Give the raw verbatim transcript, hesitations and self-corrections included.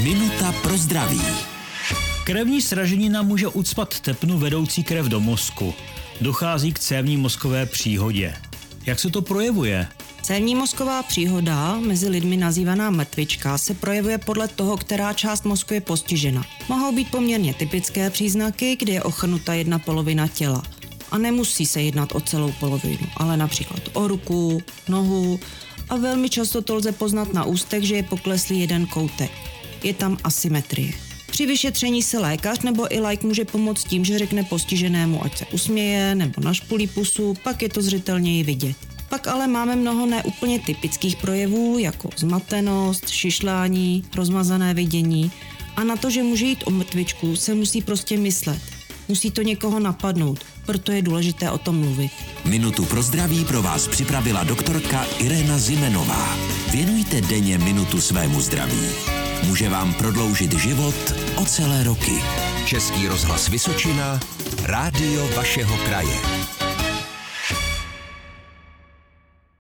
Minuta pro zdraví. Krevní sraženina může ucpat tepnu vedoucí krev do mozku. Dochází k cévní mozkové příhodě. Jak se to projevuje? Cévní mozková příhoda, mezi lidmi nazývaná mrtvička, se projevuje podle toho, která část mozku je postižena. Mohou být poměrně typické příznaky, kdy je ochrnuta jedna polovina těla. A nemusí se jednat o celou polovinu, ale například o ruku, nohu a velmi často to lze poznat na ústech, že je pokleslý jeden koutek. Je tam asymetrie. Při vyšetření se lékař nebo i laik může pomoct tím, že řekne postiženému, ať se usměje nebo našpulí pusu, pak je to zřetelněji vidět. Pak ale máme mnoho neúplně typických projevů, jako zmatenost, šišlání, rozmazané vidění a na to, že může jít o mrtvičku, se musí prostě myslet. Musí to někoho napadnout, proto je důležité o tom mluvit. Minutu pro zdraví pro vás připravila doktorka Irena Zimenová. Věnujte denně minutu svému zdraví. Může vám prodloužit život o celé roky. Český rozhlas Vysočina, rádio vašeho kraje.